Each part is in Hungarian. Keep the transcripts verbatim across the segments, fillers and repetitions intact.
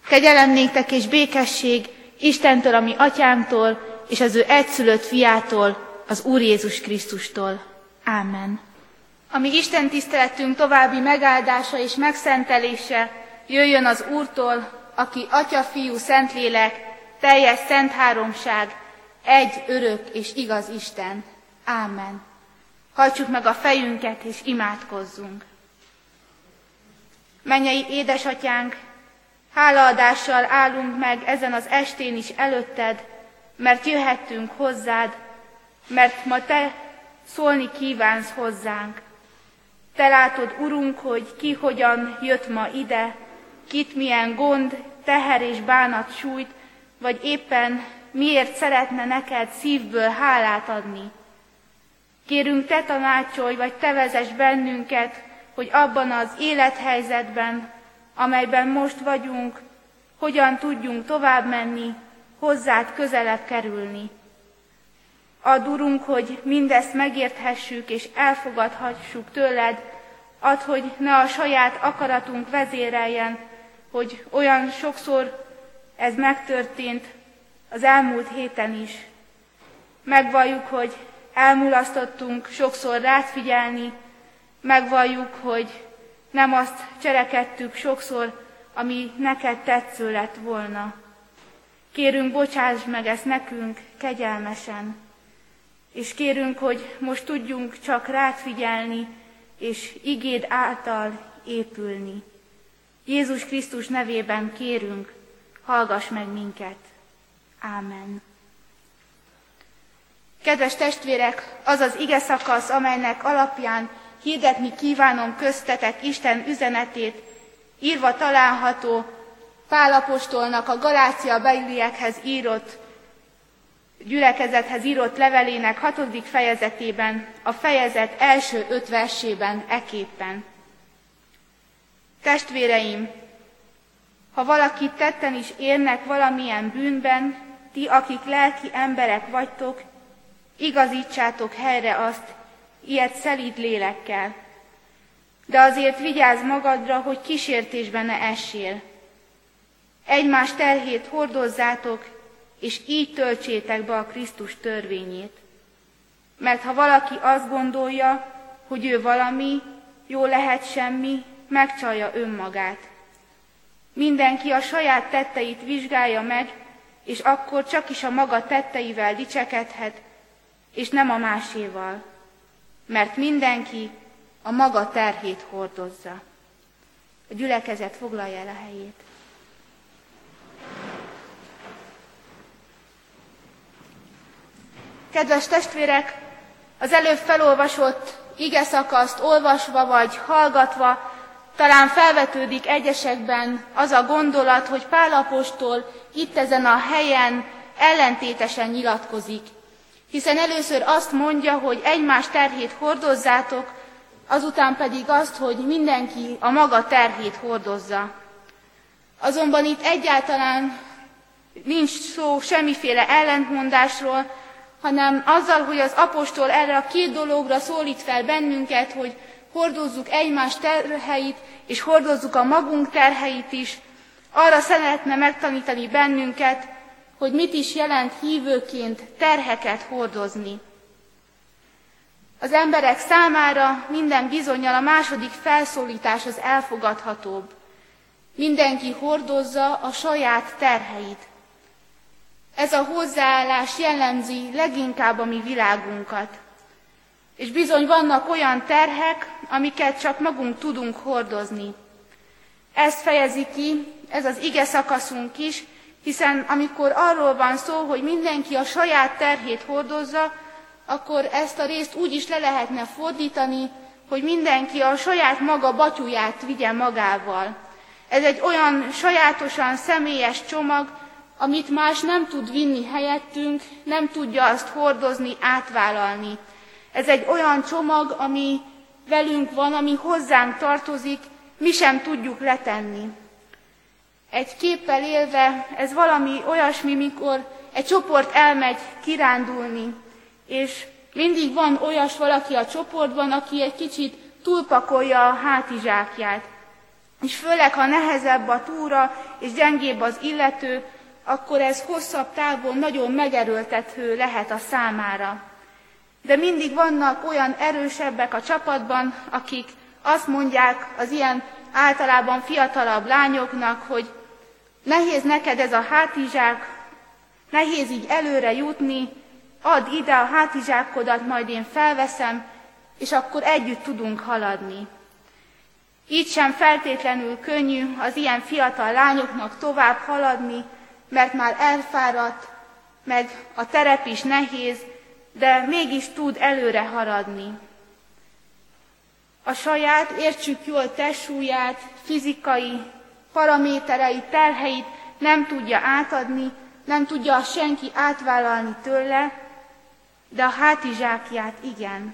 Kegyelem néktek és békesség Istentől, a mi atyánktól, és az ő egyszülött fiától, az Úr Jézus Krisztustól. Ámen. A mi Isten tiszteletünk további megáldása és megszentelése jöjjön az Úrtól, aki Atya, Fiú, Szentlélek, teljes szent háromság, egy örök és igaz Isten. Ámen. Hajtsuk meg a fejünket és imádkozzunk. Mennyei édesatyánk, hálaadással állunk meg ezen az estén is előtted, mert jöhettünk hozzád, mert ma te szólni kívánsz hozzánk. Te látod, Urunk, hogy ki hogyan jött ma ide, kit milyen gond, teher és bánat sújt, vagy éppen miért szeretne neked szívből hálát adni. Kérünk, te tanácsolj, vagy te vezess bennünket, hogy abban az élethelyzetben, amelyben most vagyunk, hogyan tudjunk tovább menni, hozzád közelebb kerülni. Add, Urunk, hogy mindezt megérthessük és elfogadhassuk tőled, add, hogy ne a saját akaratunk vezéreljen, hogy olyan sokszor ez megtörtént az elmúlt héten is. Megvalljuk, hogy elmulasztottunk sokszor rád figyelni, megvalljuk, hogy nem azt cselekedtük sokszor, ami neked tetsző lett volna. Kérünk, bocsáss meg ezt nekünk kegyelmesen, és kérünk, hogy most tudjunk csak rád figyelni, és igéd által épülni. Jézus Krisztus nevében kérünk, hallgass meg minket. Ámen. Kedves testvérek, az az ige szakasz, amelynek alapján hirdetni kívánom köztetek Isten üzenetét, írva található Pál apostolnak a Galácia beliekhez írott, gyülekezethez írott levelének hatodik fejezetében, a fejezet első öt versében eképpen. Testvéreim, ha valakit tetten is érnek valamilyen bűnben, ti, akik lelki emberek vagytok, igazítsátok helyre azt, ilyet szelíd lélekkel. De azért vigyázz magadra, hogy kísértésben ne essél. Egymás terhét hordozzátok, és így töltsétek be a Krisztus törvényét. Mert ha valaki azt gondolja, hogy ő valami, jó lehet semmi, megcsalja önmagát. Mindenki a saját tetteit vizsgálja meg, és akkor csak is a maga tetteivel dicsekedhet, és nem a máséval. Mert mindenki a maga terhét hordozza. A gyülekezet foglalja el a helyét. Kedves testvérek, az előbb felolvasott igeszakaszt olvasva vagy hallgatva talán felvetődik egyesekben az a gondolat, hogy Pál apostol itt ezen a helyen ellentétesen nyilatkozik. Hiszen először azt mondja, hogy egymás terhét hordozzátok, azután pedig azt, hogy mindenki a maga terhét hordozza. Azonban itt egyáltalán nincs szó semmiféle ellentmondásról, hanem azzal, hogy az apostol erre a két dologra szólít fel bennünket, hogy hordozzuk egymás terheit, és hordozzuk a magunk terheit is, arra szeretne megtanítani bennünket, hogy mit is jelent hívőként terheket hordozni. Az emberek számára minden bizonnyal a második felszólítás az elfogadhatóbb. Mindenki hordozza a saját terheit. Ez a hozzáállás jellemzi leginkább a mi világunkat. És bizony vannak olyan terhek, amiket csak magunk tudunk hordozni. Ezt fejezi ki, ez az ige szakaszunk is, hiszen amikor arról van szó, hogy mindenki a saját terhét hordozza, akkor ezt a részt úgy is le lehetne fordítani, hogy mindenki a saját maga batyuját vigye magával. Ez egy olyan sajátosan személyes csomag, amit más nem tud vinni helyettünk, nem tudja azt hordozni, átvállalni. Ez egy olyan csomag, ami velünk van, ami hozzánk tartozik, mi sem tudjuk letenni. Egy képpel élve ez valami olyasmi, mikor egy csoport elmegy kirándulni, és mindig van olyas valaki a csoportban, aki egy kicsit túlpakolja a hátizsákját. és főleg, ha nehezebb a túra és gyengébb az illető, akkor ez hosszabb távon nagyon megerőltető lehet a számára. De mindig vannak olyan erősebbek a csapatban, akik azt mondják az ilyen általában fiatalabb lányoknak, hogy nehéz neked ez a hátizsák, nehéz így előre jutni, add ide a hátizsákodat, majd én felveszem, és akkor együtt tudunk haladni. Így sem feltétlenül könnyű az ilyen fiatal lányoknak tovább haladni, mert már elfáradt, meg a terep is nehéz, de mégis tud előre haladni. A saját, értsük jól, testsúlyát, fizikai paramétereit, terheit nem tudja átadni, nem tudja senki átvállalni tőle, de a hátizsákját igen.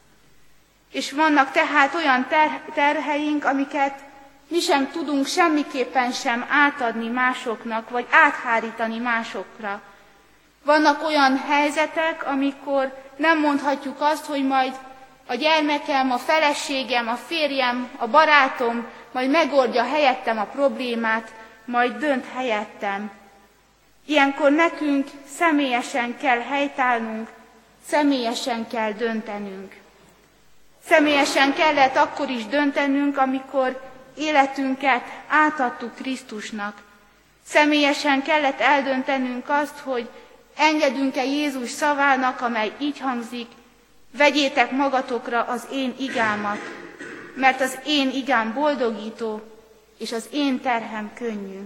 És vannak tehát olyan ter- terheink, amiket mi sem tudunk semmiképpen sem átadni másoknak, vagy áthárítani másokra. Vannak olyan helyzetek, amikor nem mondhatjuk azt, hogy majd a gyermekem, a feleségem, a férjem, a barátom majd megoldja helyettem a problémát, majd dönt helyettem. Ilyenkor nekünk személyesen kell helytállnunk, személyesen kell döntenünk. Személyesen kellett akkor is döntenünk, amikor életünket átadtuk Krisztusnak. Személyesen kellett eldöntenünk azt, hogy engedünk-e Jézus szavának, amely így hangzik, vegyétek magatokra az én igámat, mert az én igám boldogító, és az én terhem könnyű.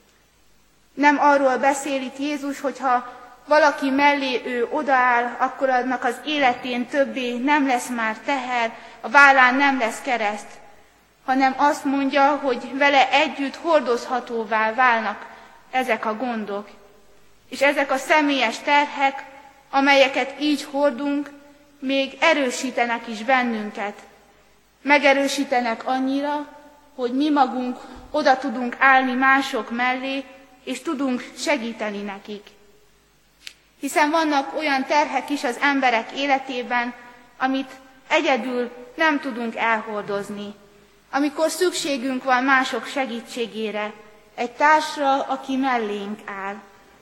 Nem arról beszél itt Jézus, hogyha valaki mellé ő odaáll, akkor annak az életén többé nem lesz már teher, a vállán nem lesz kereszt, hanem azt mondja, hogy vele együtt hordozhatóvá válnak ezek a gondok. És ezek a személyes terhek, amelyeket így hordunk, még erősítenek is bennünket. Megerősítenek annyira, hogy mi magunk oda tudunk állni mások mellé, és tudunk segíteni nekik. Hiszen vannak olyan terhek is az emberek életében, amit egyedül nem tudunk elhordozni. Amikor szükségünk van mások segítségére, egy társra, aki mellénk áll.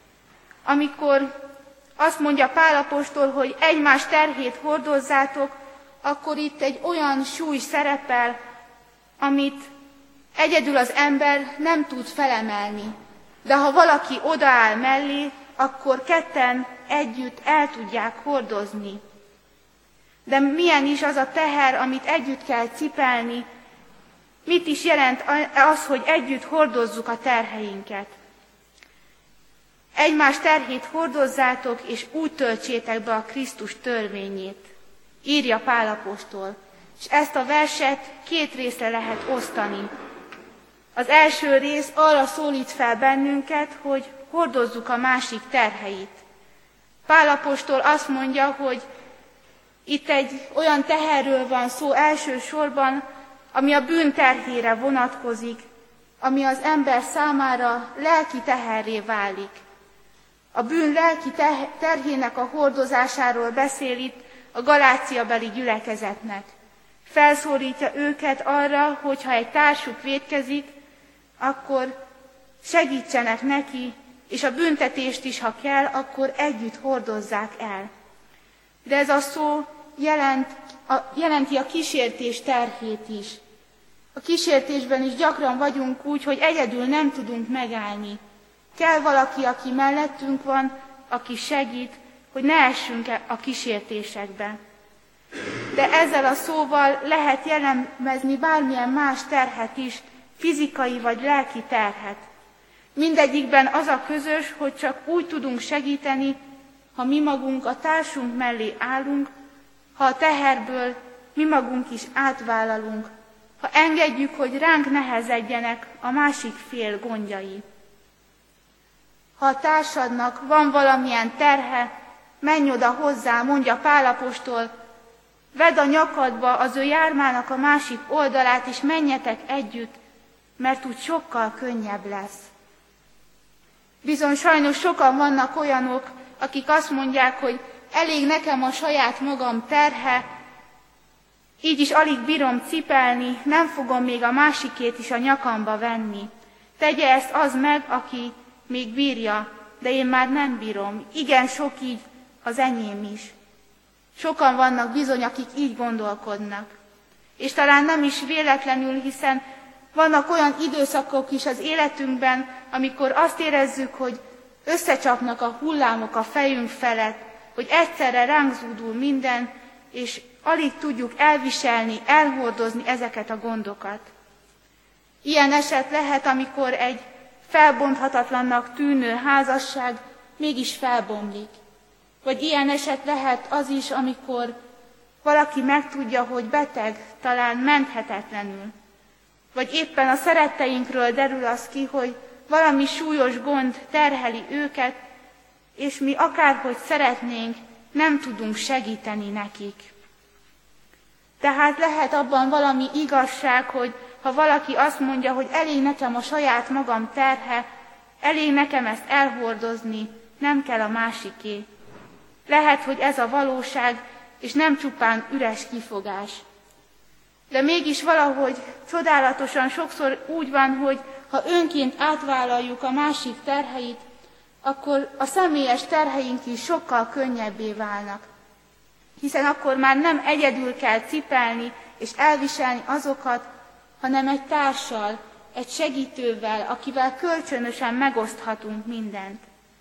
Amikor azt mondja Pál apostol, hogy egymás terhét hordozzátok, akkor itt egy olyan súly szerepel, amit egyedül az ember nem tud felemelni. De ha valaki odaáll mellé, akkor ketten együtt el tudják hordozni. De milyen is az a teher, amit együtt kell cipelni, mit is jelent az, hogy együtt hordozzuk a terheinket. Egymás terhét hordozzátok, és úgy töltsétek be a Krisztus törvényét, írja Pál apostol. És ezt a verset két részre lehet osztani. Az első rész arra szólít fel bennünket, hogy hordozzuk a másik terheit. Pál apostol azt mondja, hogy itt egy olyan teherről van szó elsősorban, ami a bűn terhére vonatkozik, ami az ember számára lelki teherré válik. A bűn lelki terhének a hordozásáról beszél itt a galáciabeli gyülekezetnek. Felszólítja őket arra, hogyha egy társuk vétkezik, akkor segítsenek neki, és a büntetést is, ha kell, akkor együtt hordozzák el. De ez a szó jelent, a, jelenti a kísértés terhét is. A kísértésben is gyakran vagyunk úgy, hogy egyedül nem tudunk megállni. Kell valaki, aki mellettünk van, aki segít, hogy ne essünk a kísértésekbe. De ezzel a szóval lehet jellemezni bármilyen más terhet is, fizikai vagy lelki terhet. Mindegyikben az a közös, hogy csak úgy tudunk segíteni, ha mi magunk a társunk mellé állunk, ha a teherből mi magunk is átvállalunk, ha engedjük, hogy ránk nehezedjenek a másik fél gondjai. Ha a társadnak van valamilyen terhe, menj oda hozzá, mondja Pál apostol, vedd a nyakadba az ő jármának a másik oldalát, és menjetek együtt, mert úgy sokkal könnyebb lesz. Bizony sajnos sokan vannak olyanok, akik azt mondják, hogy elég nekem a saját magam terhe, Így is alig bírom cipelni, nem fogom még a másikét is a nyakamba venni. Tegye ezt az meg, aki még bírja, de én már nem bírom. Igen, sok így az enyém is. Sokan vannak bizony, akik így gondolkodnak. És talán nem is véletlenül, hiszen vannak olyan időszakok is az életünkben, amikor azt érezzük, hogy összecsapnak a hullámok a fejünk felett, hogy egyszerre ránk zúdul minden, és alig tudjuk elviselni, elhordozni ezeket a gondokat. Ilyen eset lehet, amikor egy felbonthatatlannak tűnő házasság mégis felbomlik. Vagy ilyen eset lehet az is, amikor valaki megtudja, hogy beteg, talán menthetetlenül. Vagy éppen a szeretteinkről derül az ki, hogy valami súlyos gond terheli őket, és mi akárhogy szeretnénk, nem tudunk segíteni nekik. Tehát lehet abban valami igazság, hogy ha valaki azt mondja, hogy elég nekem a saját magam terhe, elég nekem ezt elhordozni, nem kell a másiké. Lehet, hogy ez a valóság, és nem csupán üres kifogás. De mégis valahogy csodálatosan sokszor úgy van, hogy ha önként átvállaljuk a másik terheit, akkor a személyes terheink is sokkal könnyebbé válnak. Hiszen akkor már nem egyedül kell cipelni és elviselni azokat, hanem egy társal, egy segítővel, akivel kölcsönösen megoszthatunk mindent.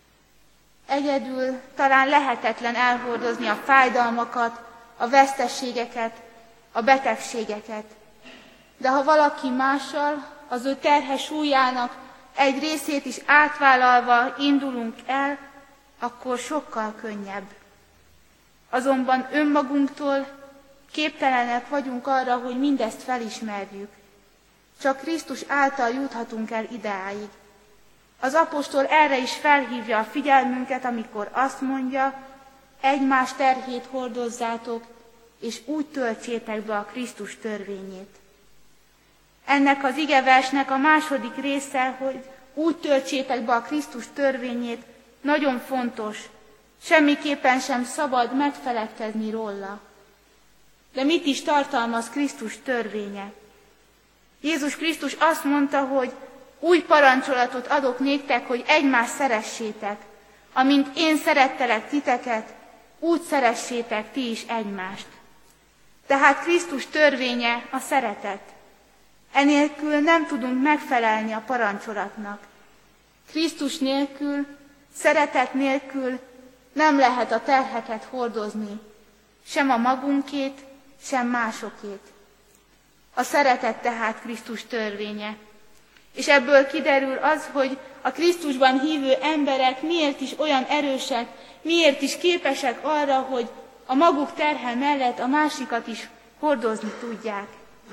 Egyedül talán lehetetlen elhordozni a fájdalmakat, a veszteségeket, a betegségeket. De ha valaki mással, az ő terhe súlyának egy részét is átvállalva indulunk el, akkor sokkal könnyebb. Azonban önmagunktól képtelenek vagyunk arra, hogy mindezt felismerjük. Csak Krisztus által juthatunk el ideáig. Az apostol erre is felhívja a figyelmünket, amikor azt mondja, egymás terhét hordozzátok, és úgy töltsétek be a Krisztus törvényét. Ennek az igeversnek a második része, hogy úgy töltsétek be a Krisztus törvényét, nagyon fontos, semmiképpen sem szabad megfeledkezni róla. De mit is tartalmaz Krisztus törvénye? Jézus Krisztus azt mondta, hogy új parancsolatot adok néktek, hogy egymást szeressétek. Amint én szerettelek titeket, úgy szeressétek ti is egymást. Tehát Krisztus törvénye a szeretet. Enélkül nem tudunk megfelelni a parancsolatnak. Krisztus nélkül, szeretet nélkül nem lehet a terheket hordozni, sem a magunkét, sem másokét. A szeretet tehát Krisztus törvénye. És ebből kiderül az, hogy a Krisztusban hívő emberek miért is olyan erősek, miért is képesek arra, hogy a maguk terhe mellett a másikat is hordozni tudják.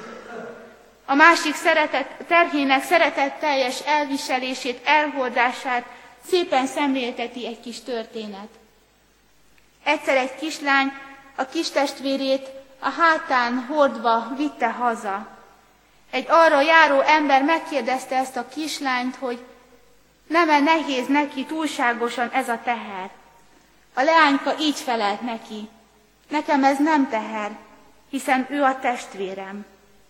A másik szeretet, terhének szeretetteljes elviselését, elhordását szépen szemlélteti egy kis történet. Egyszer egy kislány a kistestvérét a hátán hordva vitte haza. Egy arra járó ember megkérdezte ezt a kislányt, hogy nem-e nehéz neki túlságosan ez a teher. A leányka így felelt neki, nekem ez nem teher, hiszen ő a testvérem.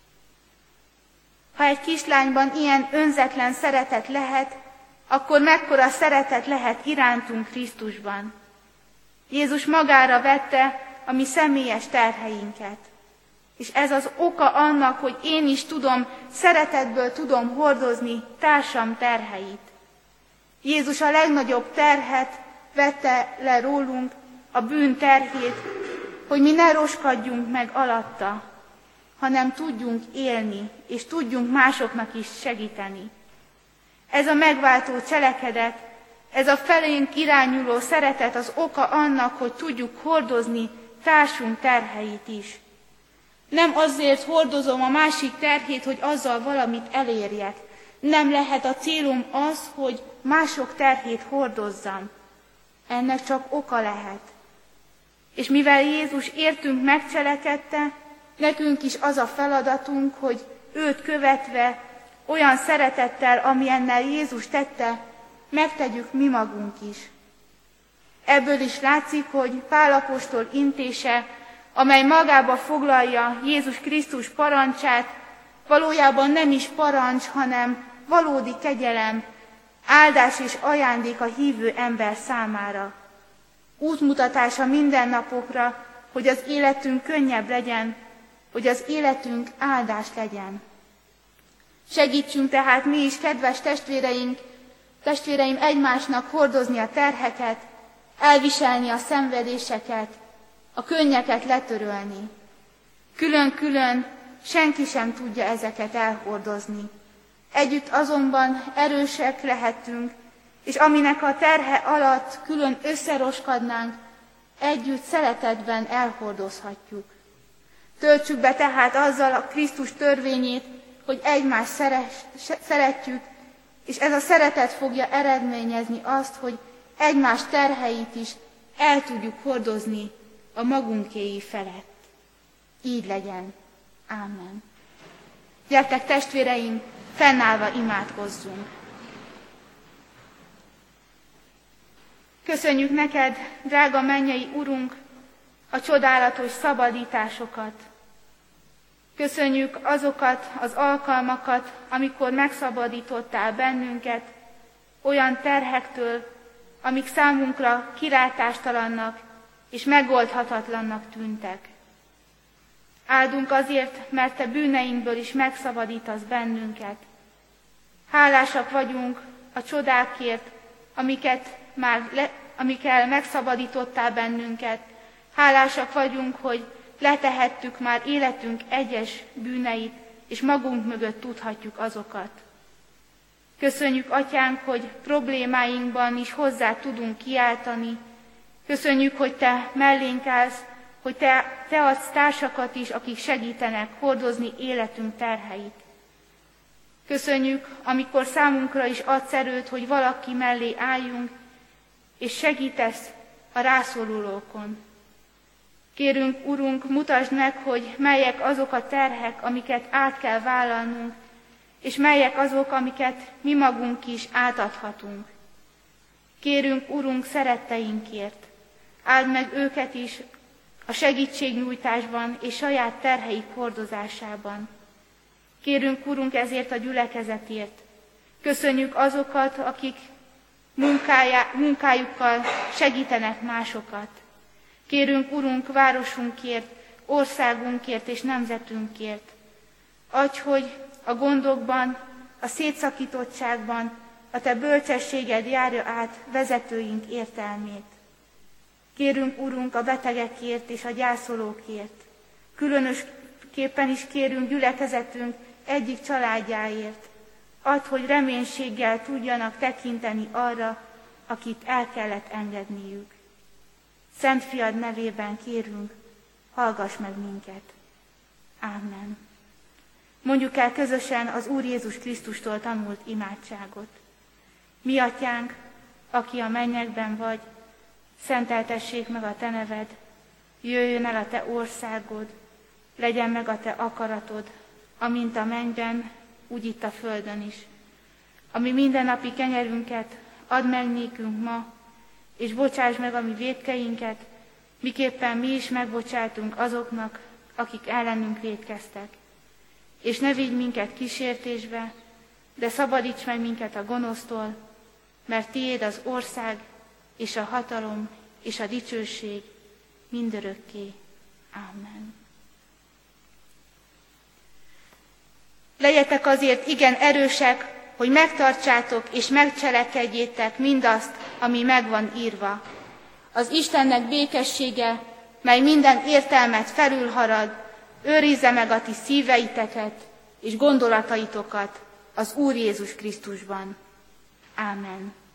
Ha egy kislányban ilyen önzetlen szeretet lehet, akkor mekkora szeretet lehet irántunk Krisztusban. Jézus magára vette a mi személyes terheinket. És ez az oka annak, hogy én is tudom, szeretetből tudom hordozni társam terheit. Jézus a legnagyobb terhet vette le rólunk, a bűn terhét, hogy mi ne roskadjunk meg alatta, hanem tudjunk élni, és tudjunk másoknak is segíteni. Ez a megváltó cselekedet, ez a felénk irányuló szeretet az oka annak, hogy tudjuk hordozni társunk terheit is. Nem azért hordozom a másik terhét, hogy azzal valamit elérjek. Nem lehet a célom az, hogy mások terhét hordozzam. Ennek csak oka lehet. És mivel Jézus értünk megcselekedte, nekünk is az a feladatunk, hogy őt követve, olyan szeretettel, amilyennel Jézus tette, megtegyük mi magunk is. Ebből is látszik, hogy Pál apostol intése amely magába foglalja Jézus Krisztus parancsát, valójában nem is parancs, hanem valódi kegyelem, áldás és ajándék a hívő ember számára. Útmutatása mindennapokra, hogy az életünk könnyebb legyen, hogy az életünk áldás legyen. Segítsünk tehát mi is, kedves testvéreink, testvéreim, egymásnak hordozni a terheket, elviselni a szenvedéseket, a könnyeket letörölni. Külön-külön senki sem tudja ezeket elhordozni. Együtt azonban erősek lehetünk, és aminek a terhe alatt külön összeroskadnánk, együtt szeretetben elhordozhatjuk. Töltsük be tehát azzal a Krisztus törvényét, hogy egymást szeretjük, és ez a szeretet fogja eredményezni azt, hogy egymás terheit is el tudjuk hordozni a magunkéi felett. Így legyen. Ámen. Gyertek, testvéreim, fennállva imádkozzunk. Köszönjük neked, drága mennyei Urunk, a csodálatos szabadításokat. Köszönjük azokat az alkalmakat, amikor megszabadítottál bennünket olyan terhektől, amik számunkra kilátástalannak és megoldhatatlannak tűntek. Áldunk azért, mert te bűneinkből is megszabadítasz bennünket. Hálásak vagyunk a csodákért, amiket már le, amikkel megszabadítottál bennünket. Hálásak vagyunk, hogy letehettük már életünk egyes bűneit, és magunk mögött tudhatjuk azokat. Köszönjük, Atyánk, hogy problémáinkban is hozzá tudunk kiáltani. Köszönjük, hogy te mellénk állsz, hogy te, te adsz társakat is, akik segítenek hordozni életünk terheit. Köszönjük, amikor számunkra is adsz erőt, hogy valaki mellé álljunk, és segítesz a rászorulókon. Kérünk, Urunk, mutasd meg, hogy melyek azok a terhek, amiket át kell vállalnunk, és melyek azok, amiket mi magunk is átadhatunk. Kérünk, Urunk, szeretteinkért, áld meg őket is a segítségnyújtásban és saját terheik hordozásában. Kérünk, Urunk, ezért a gyülekezetért. Köszönjük azokat, akik munkájá, munkájukkal segítenek másokat. Kérünk, Urunk, városunkért, országunkért és nemzetünkért. Adj, hogy a gondokban, a szétszakítottságban a te bölcsességed járja át vezetőink értelmét. Kérünk, Urunk, a betegekért és a gyászolókért. Különösképpen is kérünk gyülekezetünk egyik családjáért. Add, hogy reménységgel tudjanak tekinteni arra, akit el kellett engedniük. Szent Fiad nevében kérünk, hallgass meg minket. Ámen. Mondjuk el közösen az Úr Jézus Krisztustól tanult imádságot. Mi, Atyánk, aki a mennyekben vagy, szenteltessék meg a te neved, jöjjön el a te országod, legyen meg a te akaratod, amint a mennyben, úgy itt a földön is. Ami mindennapi kenyerünket add meg nékünk ma, és bocsáss meg a mi vétkeinket, miképpen mi is megbocsátunk azoknak, akik ellenünk vétkeztek. És ne vigy minket kísértésbe, de szabadíts meg minket a gonosztól, mert tiéd az ország, és a hatalom, és a dicsőség mindörökké. Ámen. Legyetek azért igen erősek, hogy megtartsátok és megcselekedjétek mindazt, ami meg van írva. Az Istennek békessége, mely minden értelmet felülharad, őrizze meg a ti szíveiteket és gondolataitokat az Úr Jézus Krisztusban. Ámen.